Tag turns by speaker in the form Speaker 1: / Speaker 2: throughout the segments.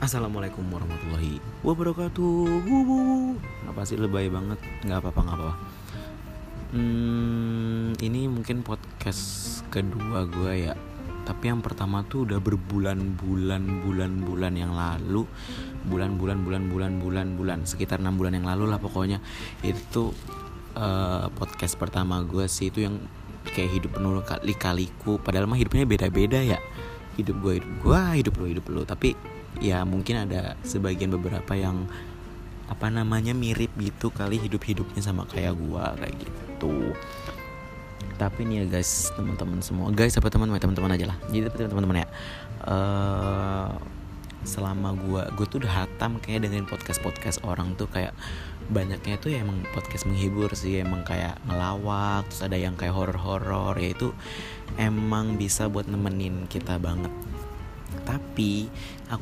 Speaker 1: Assalamualaikum warahmatullahi wabarakatuh. Apa sih lebay banget? Nggak apa-apa. Ini mungkin podcast kedua gue ya. Tapi yang pertama tuh udah bulan yang lalu. Bulan sekitar 6 bulan yang lalu lah pokoknya. Itu podcast pertama gue sih. Itu yang kayak hidup penuh lika-liku. Padahal mah hidupnya beda-beda ya. Hidup gue, hidup lu. Tapi ya mungkin ada sebagian beberapa yang mirip gitu kali hidupnya sama kayak gua kayak gitu. Tapi nih ya guys, teman-teman semua, guys apa teman-teman aja lah. Jadi teman-teman ya, selama gua tuh udah hatam kayak dengan podcast orang tuh kayak banyaknya tuh ya emang podcast menghibur sih, emang kayak ngelawak, terus ada yang kayak horor ya itu emang bisa buat nemenin kita banget. Tapi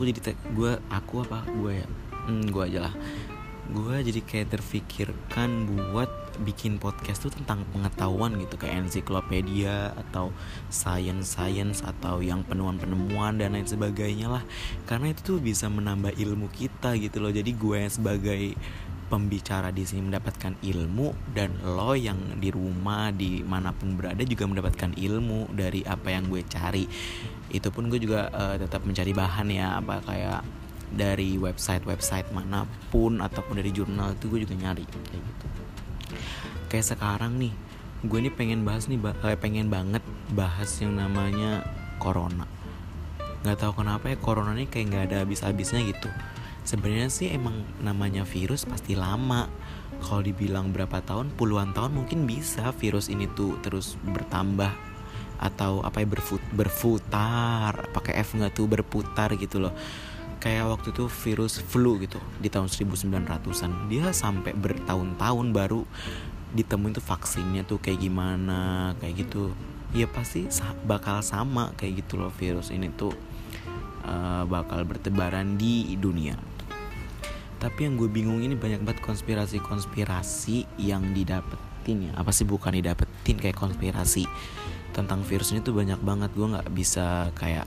Speaker 1: gue jadi kayak terfikirkan buat bikin podcast tuh tentang pengetahuan gitu, kayak ensiklopedia atau science atau yang penemuan dan lain sebagainya lah, karena itu tuh bisa menambah ilmu kita gitu loh. Jadi gue sebagai pembicara di sini mendapatkan ilmu, dan lo yang di rumah dimanapun berada juga mendapatkan ilmu dari apa yang gue cari. Itu pun gue juga tetap mencari bahan ya, apa kayak dari website manapun ataupun dari jurnal, itu gue juga nyari kayak gitu. Kayak sekarang nih gue nih pengen banget bahas yang namanya corona. Nggak tahu kenapa ya, corona nih kayak nggak ada habis-habisnya gitu. Sebenarnya sih emang namanya virus pasti lama. Kalau dibilang berapa tahun, puluhan tahun mungkin bisa virus ini tuh terus bertambah atau berputar, pakai F nggak tuh, berputar gitu loh. Kayak waktu itu virus flu gitu di tahun 1900-an, dia sampai bertahun-tahun baru ditemuin tuh vaksinnya tuh kayak gimana kayak gitu. Ya pasti bakal sama kayak gitu loh, virus ini tuh bakal bertebaran di dunia. Tapi yang gue bingung ini banyak banget konspirasi yang didapetin ya. Apa sih, bukan didapetin, kayak konspirasi tentang virus ini tuh banyak banget. Gue gak bisa kayak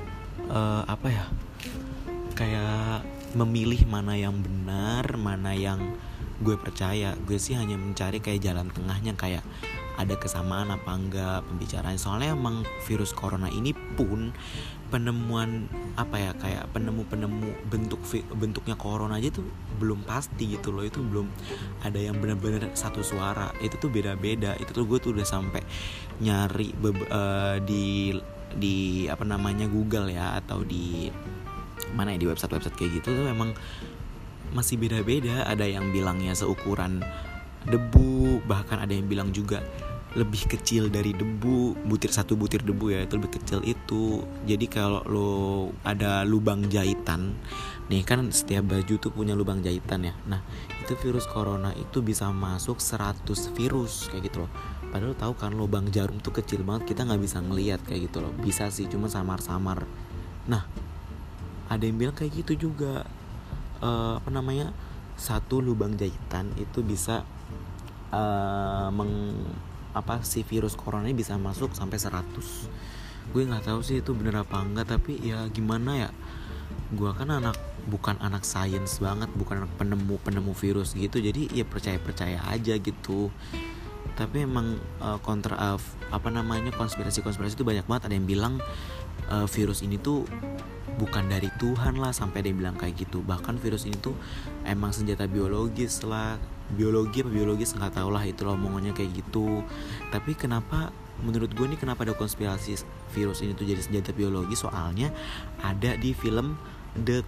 Speaker 1: kayak memilih mana yang benar, mana yang gue percaya. Gue sih hanya mencari kayak jalan tengahnya, kayak ada kesamaan apa enggak pembicaraan. Soalnya emang virus corona ini pun penemuan kayak penemu bentuknya corona aja tuh belum pasti gitu loh. Itu belum ada yang benar-benar satu suara, itu tuh beda-beda. Itu tuh gue tuh udah sampai nyari di Google ya, atau di mana ya, di website kayak gitu tuh emang masih beda-beda. Ada yang bilangnya seukuran debu, bahkan ada yang bilang juga lebih kecil dari debu, satu butir debu ya, itu lebih kecil itu. Jadi kalau lo ada lubang jahitan nih, kan setiap baju tuh punya lubang jahitan ya. Nah itu virus corona itu bisa masuk 100 virus kayak gitu loh. Padahal tahu kan lubang jarum tuh kecil banget, kita nggak bisa ngelihat kayak gitu loh. Bisa sih, cuma samar-samar. Nah ada yang bilang kayak gitu juga, satu lubang jahitan itu bisa si virus corona ini bisa masuk sampai 100. Gue nggak tahu sih itu bener apa enggak, tapi ya gimana ya, gue kan bukan anak sains banget, bukan anak penemu virus gitu, jadi ya percaya aja gitu. Tapi emang konspirasi itu banyak banget. Ada yang bilang virus ini tuh bukan dari Tuhan lah, sampai ada yang bilang kayak gitu. Bahkan virus ini tuh emang senjata biologis nggak tahu lah, itu loh omongannya kayak gitu. Tapi menurut gue nih kenapa ada konspirasi virus ini tuh jadi senjata biologis? Soalnya ada di film The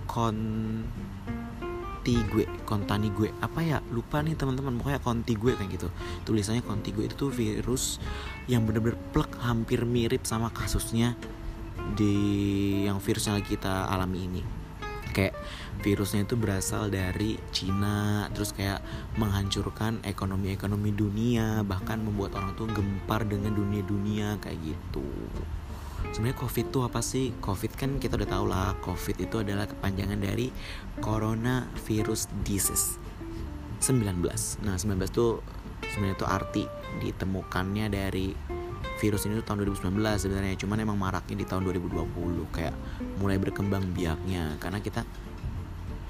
Speaker 1: Contagion, lupa nih teman-teman, pokoknya Contagion kayak gitu tulisannya. Contagion itu tuh virus yang bener-bener hampir mirip sama kasusnya yang virus yang lagi kita alami ini. Kayak virusnya itu berasal dari Cina, terus kayak menghancurkan ekonomi dunia, bahkan membuat orang tuh gempar dengan dunia kayak gitu. Sebenarnya COVID tuh apa sih? COVID kan kita udah tahu lah, COVID itu adalah kepanjangan dari Coronavirus Disease 19. Nah 19 tuh sebenarnya tuh arti ditemukannya dari virus ini tuh tahun 2019 sebenarnya, cuman emang maraknya di tahun 2020, kayak mulai berkembang biaknya karena kita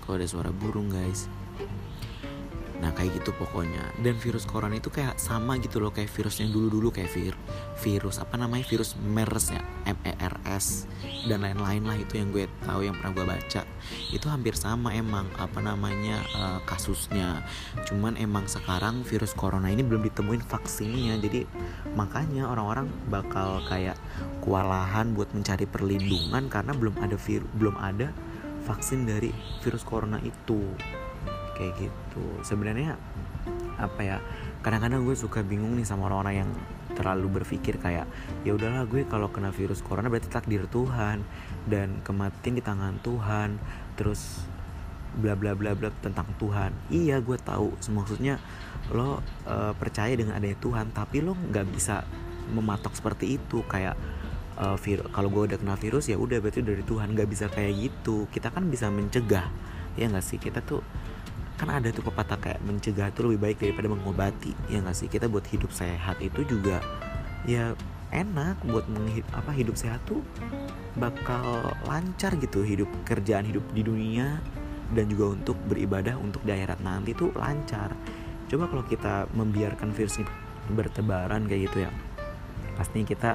Speaker 1: Kalau ada suara burung guys. Nah kayak gitu pokoknya. Dan virus corona itu kayak sama gitu loh, kayak virus yang dulu-dulu, kayak virus apa namanya, virus MERS ya, MERS dan lain-lain lah. Itu yang gue tahu, yang pernah gue baca. Itu hampir sama emang apa namanya kasusnya. Cuman emang sekarang virus corona ini belum ditemuin vaksinnya. Jadi makanya orang-orang bakal kayak kewalahan buat mencari perlindungan karena belum ada vaksin dari virus corona itu. Kayak gitu. Sebenarnya apa ya, kadang-kadang gue suka bingung nih sama orang-orang yang terlalu berpikir kayak ya udahlah, gue kalau kena virus corona berarti takdir Tuhan dan kematian di tangan Tuhan, terus bla bla bla bla tentang Tuhan. Iya gue tahu, maksudnya lo percaya dengan adanya Tuhan, tapi lo nggak bisa mematok seperti itu kayak kalau gue udah kena virus ya udah berarti dari Tuhan. Nggak bisa kayak gitu. Kita kan bisa mencegah, ya nggak sih? Kita tuh kan ada tuh pepatah kayak mencegah itu lebih baik daripada mengobati, ya nggak sih? Kita buat hidup sehat itu juga ya enak, buat hidup sehat tuh bakal lancar gitu, kerjaan hidup di dunia dan juga untuk beribadah untuk di akhirat nanti tuh lancar. Coba kalau kita membiarkan virus ini bertebaran kayak gitu ya, pasti kita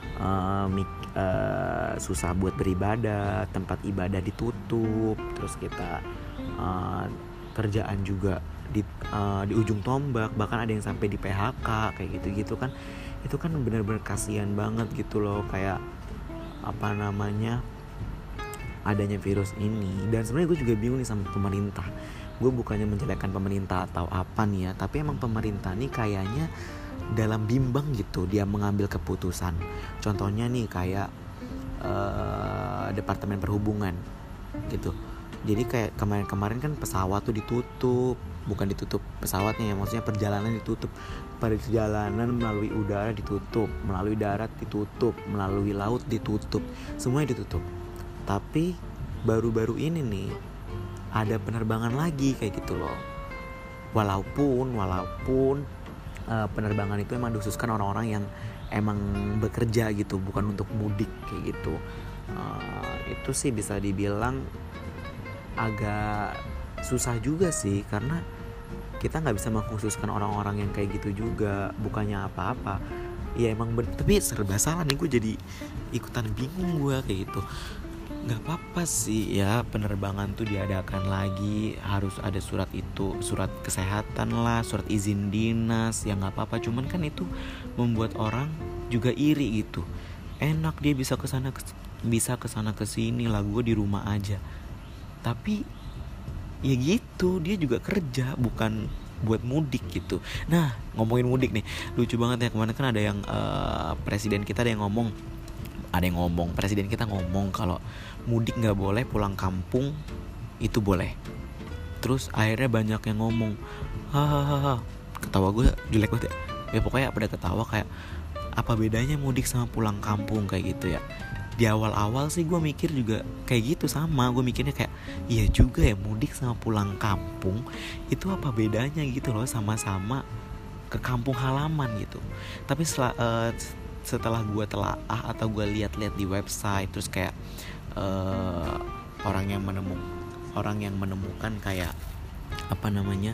Speaker 1: susah buat beribadah, tempat ibadah ditutup, terus kita kerjaan juga di ujung tombak, bahkan ada yang sampai di PHK kayak gitu-gitu kan. Itu kan benar-benar kasihan banget gitu loh, kayak apa namanya adanya virus ini. Dan sebenarnya gue juga bingung nih sama pemerintah. Gue bukannya menjelekkan pemerintah atau apa nih ya, tapi emang pemerintah nih kayaknya dalam bimbang gitu dia mengambil keputusan. Contohnya nih kayak Departemen Perhubungan gitu. Jadi kayak kemarin kan pesawat tuh ditutup, bukan ditutup pesawatnya ya, maksudnya perjalanan ditutup. Perjalanan melalui udara ditutup, melalui darat ditutup, melalui laut ditutup, semuanya ditutup. Tapi baru-baru ini nih ada penerbangan lagi kayak gitu loh. Walaupun penerbangan itu emang dikhususkan orang-orang yang emang bekerja gitu, bukan untuk mudik kayak gitu. Itu sih bisa dibilang agak susah juga sih, karena kita nggak bisa mengkhususkan orang-orang yang kayak gitu juga, bukannya apa-apa ya emang tapi serba salah nih. Gue jadi ikutan bingung gue kayak gitu. Nggak apa-apa sih ya penerbangan tuh diadakan lagi, harus ada surat kesehatan lah, surat izin dinas, ya nggak apa-apa. Cuman kan itu membuat orang juga iri gitu. Enak dia bisa kesana kesini lah, gue di rumah aja. Tapi ya gitu, dia juga kerja, bukan buat mudik gitu. Nah ngomongin mudik nih, lucu banget ya. Kemarin kan ada yang presiden kita presiden kita ngomong kalau mudik nggak boleh, pulang kampung itu boleh. Terus akhirnya banyak yang ngomong hahaha, ketawa gue jelek banget ya pokoknya pada ketawa kayak apa bedanya mudik sama pulang kampung kayak gitu ya. Di awal-awal sih gue mikir juga kayak gitu, sama gue mikirnya kayak iya juga ya, mudik sama pulang kampung itu apa bedanya gitu loh, sama-sama ke kampung halaman gitu. Tapi setelah gue telaah atau gue lihat-lihat di website, terus kayak orang yang menemukan kayak apa namanya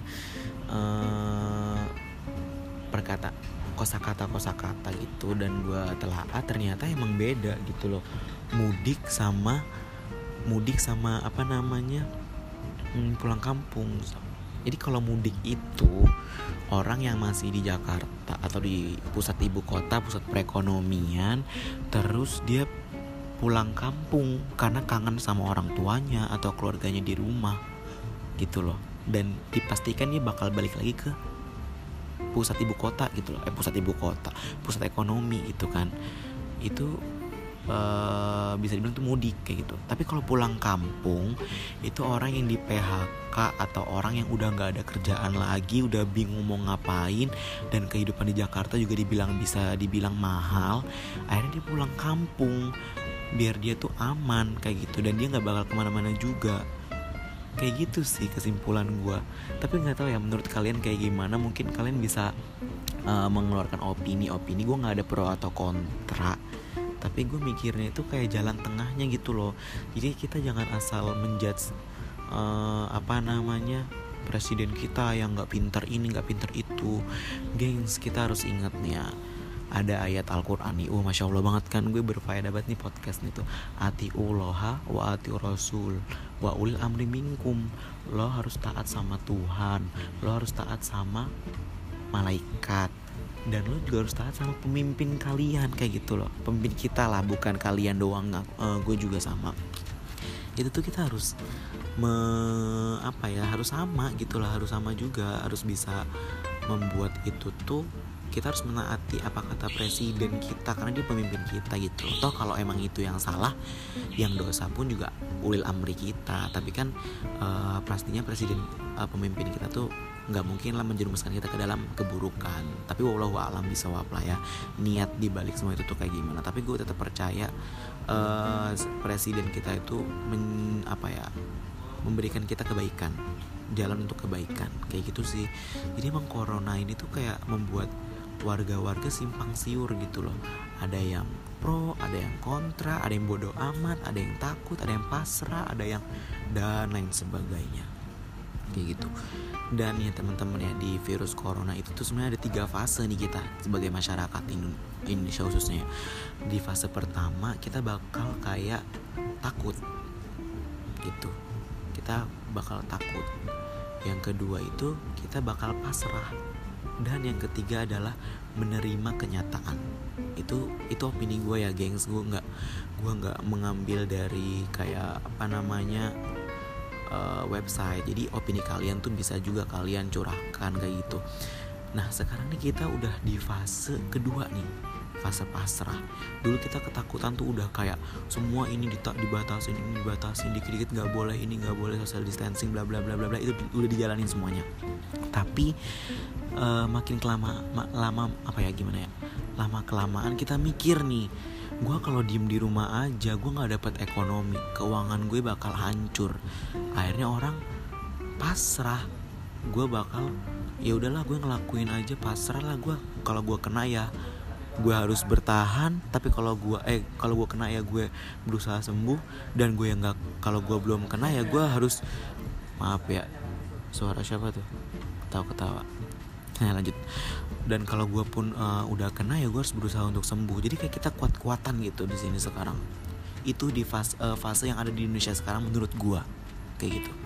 Speaker 1: kosakata gitu, dan gue telaah ternyata emang beda gitu loh, mudik sama apa namanya pulang kampung. Jadi kalau mudik itu orang yang masih di Jakarta atau di pusat ibu kota, pusat perekonomian, terus dia pulang kampung karena kangen sama orang tuanya atau keluarganya di rumah gitu loh, dan dipastikan dia bakal balik lagi ke pusat ibu kota gitu loh, pusat ekonomi gitu kan. Itu bisa dibilang tuh mudik kayak gitu. Tapi kalau pulang kampung itu orang yang di PHK atau orang yang udah nggak ada kerjaan lagi, udah bingung mau ngapain, dan kehidupan di Jakarta juga bisa dibilang mahal. Akhirnya dia pulang kampung biar dia tuh aman kayak gitu, dan dia nggak bakal kemana-mana juga. Kayak gitu sih kesimpulan gue. Tapi nggak tahu ya menurut kalian kayak gimana. Mungkin kalian bisa mengeluarkan opini. Gue nggak ada pro atau kontra, tapi gue mikirnya itu kayak jalan tengahnya gitu loh. Jadi kita jangan asal menjudge presiden kita yang nggak pintar ini nggak pintar itu. Gengs, kita harus ingat nih ya, ada ayat Al-Quran nih. Masya Allah banget kan, gue berfaedah banget nih podcast nih tuh. Atiullaha wa atiur rasul wa ulil amri minkum. Lo harus taat sama Tuhan, lo harus taat sama malaikat, dan lo juga harus taat sama pemimpin kalian, kayak gitu loh. Pemimpin kita lah, bukan kalian doang. Gue juga sama. Itu tuh kita harus harus sama gitu lah, harus sama juga, harus bisa membuat itu tuh. Kita harus menaati apa kata presiden kita, karena dia pemimpin kita gitu. Toh kalau emang itu yang salah, yang dosa pun juga ulil amri kita. Tapi kan pastinya presiden, pemimpin kita tuh nggak mungkin lah menjerumuskan kita ke dalam keburukan. Tapi wallahu a'lam bishawab lah ya, niat dibalik semua itu tuh kayak gimana. Tapi gue tetap percaya presiden kita itu memberikan kita kebaikan, jalan untuk kebaikan, kayak gitu sih. Jadi emang corona ini tuh kayak membuat warga-warga simpang siur gitu loh. Ada yang pro, ada yang kontra, ada yang bodoh amat, ada yang takut, ada yang pasrah, ada yang dan lain sebagainya, kayak gitu. Dan ya teman-teman ya, di virus corona itu tuh sebenarnya ada 3 fase nih kita sebagai masyarakat Indonesia khususnya. Di fase pertama kita bakal kayak takut gitu, kita bakal takut. Yang kedua itu kita bakal pasrah, dan yang ketiga adalah menerima kenyataan. Itu opini gue ya gengs, gue nggak mengambil dari kayak website. Jadi opini kalian tuh bisa juga kalian curahkan kayak gitu. Nah sekarang nih kita udah di fase kedua nih, fase pasrah. Dulu kita ketakutan tuh udah kayak semua ini dibatasin, dikit-dikit nggak boleh, ini nggak boleh, social distancing, bla bla bla bla bla, itu udah dijalanin semuanya. Tapi makin lama kelamaan kita mikir nih, gue kalau diem di rumah aja gue nggak dapat ekonomi, keuangan gue bakal hancur. Akhirnya orang pasrah. Gue bakal ya udahlah, gue ngelakuin aja, pasrah lah gue. Kalau gue kena ya gue harus bertahan, tapi kalau gue kena ya gue berusaha sembuh. Dan gue yang nggak, kalau gue belum kena ya gue harus, maaf ya, suara siapa tuh ketawa. Nah lanjut. Dan kalau gue pun udah kena ya gue harus berusaha untuk sembuh. Jadi kayak kita kuat-kuatan gitu di sini sekarang. Itu di fase yang ada di Indonesia sekarang menurut gue kayak gitu.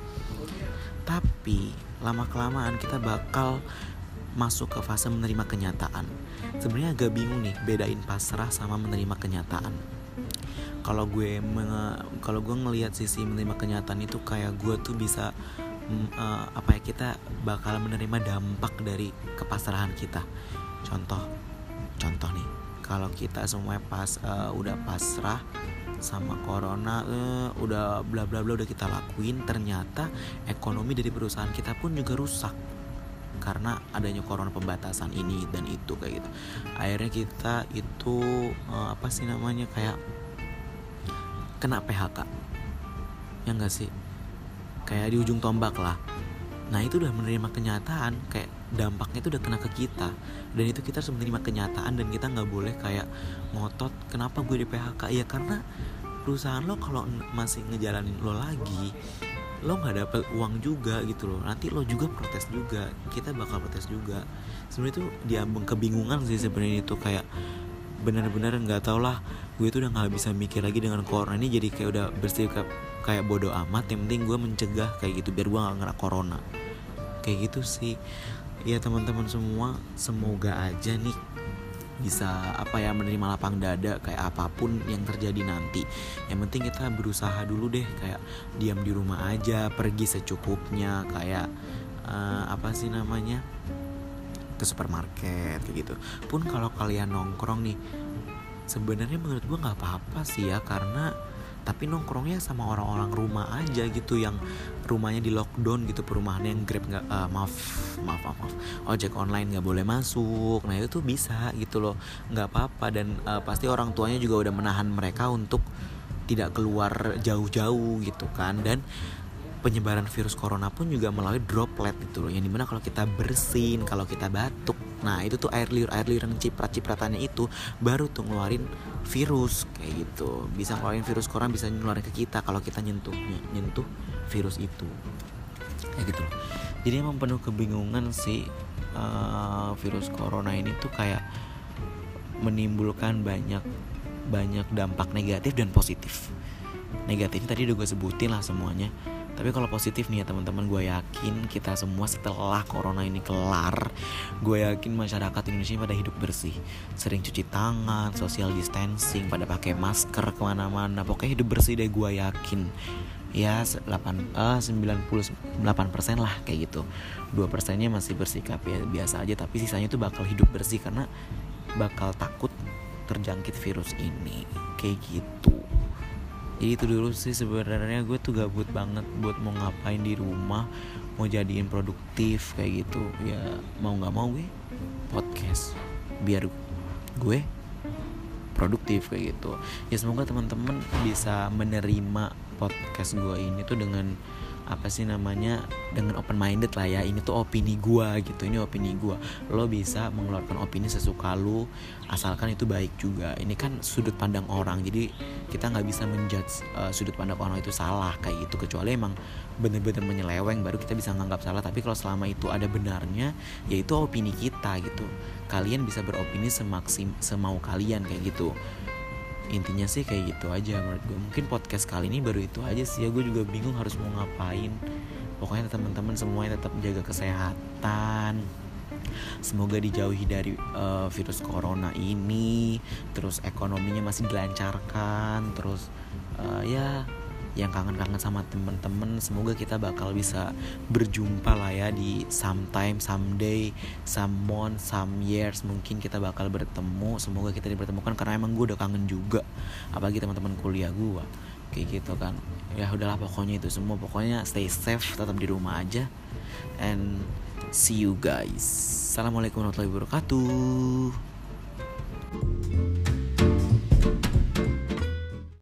Speaker 1: Tapi lama kelamaan kita bakal masuk ke fase menerima kenyataan. Sebenarnya agak bingung nih bedain pasrah sama menerima kenyataan. Kalau gue ngelihat sisi menerima kenyataan itu kayak gue tuh bisa kita bakal menerima dampak dari kepasrahan kita. Contoh nih, kalau kita semua udah pasrah sama corona, udah bla bla bla udah kita lakuin, ternyata ekonomi dari perusahaan kita pun juga rusak karena adanya corona, pembatasan ini dan itu kayak gitu. Akhirnya kita itu kayak kena PHK, ya nggak sih? Kayak di ujung tombak lah. Nah itu udah menerima kenyataan, kayak dampaknya itu udah kena ke kita. Dan itu kita harus menerima kenyataan, dan kita gak boleh kayak ngotot kenapa gue di PHK. Ya karena perusahaan lo kalau masih ngejalanin lo lagi, lo gak dapet uang juga gitu loh. Nanti lo juga protes juga, kita bakal protes juga. Sebenarnya itu diambang kebingungan sih sebenarnya itu, kayak benar-benar nggak tau lah. Gue tuh udah nggak bisa mikir lagi dengan corona ini, jadi kayak udah bersikap kayak bodoh amat. Yang penting gue mencegah kayak gitu biar gue nggak kena corona, kayak gitu sih. Ya teman-teman semua, semoga aja nih bisa menerima lapang dada kayak apapun yang terjadi nanti. Yang penting kita berusaha dulu deh, kayak diam di rumah aja, pergi secukupnya, kayak ke supermarket kayak gitu. Pun kalau kalian nongkrong nih, sebenarnya menurut gue nggak apa-apa sih ya, karena tapi nongkrongnya sama orang-orang rumah aja gitu, yang rumahnya di lockdown gitu, perumahannya yang Grab nggak ojek online nggak boleh masuk. Nah itu tuh bisa gitu loh, nggak apa-apa. Dan pasti orang tuanya juga udah menahan mereka untuk tidak keluar jauh-jauh gitu kan. Dan penyebaran virus corona pun juga melalui droplet gitu loh, yang dimana kalau kita bersin, kalau kita batuk, nah itu tuh air liur yang ciprat-cipratannya itu baru tuh ngeluarin virus kayak gitu. Bisa ngeluarin virus corona, bisa ngeluarin ke kita kalau kita nyentuh virus itu, kayak gitu loh. Jadi emang penuh kebingungan sih. Virus corona ini tuh kayak menimbulkan banyak dampak negatif dan positif. Negatif tadi udah gue sebutin lah semuanya. Tapi kalau positif nih ya teman-teman, gue yakin kita semua setelah corona ini kelar, gue yakin masyarakat Indonesia pada hidup bersih, sering cuci tangan, social distancing, pada pakai masker kemana-mana. Pokoknya hidup bersih deh, gue yakin. Ya 98% lah kayak gitu. 2%-nya masih bersikap ya biasa aja, tapi sisanya tuh bakal hidup bersih karena bakal takut terjangkit virus ini, kayak gitu. Jadi itu dulu sih sebenarnya, gue tuh gabut banget buat mau ngapain di rumah, mau jadiin produktif kayak gitu. Ya mau nggak mau gue podcast biar gue produktif kayak gitu. Ya semoga teman-teman bisa menerima podcast gue ini tuh dengan dengan open minded lah ya. Ini tuh opini gue gitu, ini opini gue. Lo bisa mengeluarkan opini sesuka lo, asalkan itu baik juga. Ini kan sudut pandang orang, jadi kita nggak bisa menjudge sudut pandang orang itu salah kayak gitu, kecuali emang bener-bener menyeleweng baru kita bisa nganggap salah. Tapi kalau selama itu ada benarnya, ya itu opini kita gitu. Kalian bisa beropini semau kalian kayak gitu. Intinya sih kayak gitu aja menurut gue. Mungkin podcast kali ini baru itu aja sih ya. Gue juga bingung harus mau ngapain. Pokoknya teman-teman semuanya tetap jaga kesehatan. Semoga dijauhi dari virus corona ini. Terus ekonominya masih dilancarkan. Terus ya yang kangen-kangen sama teman-teman, semoga kita bakal bisa berjumpa lah ya di sometime, someday, some month, some years. Mungkin kita bakal bertemu. Semoga kita dipertemukan karena emang gue udah kangen juga, apalagi teman-teman kuliah gue kayak gitu kan. Ya udahlah, pokoknya itu semua. Pokoknya stay safe, tetap di rumah aja, and see you guys. Assalamualaikum warahmatullahi wabarakatuh.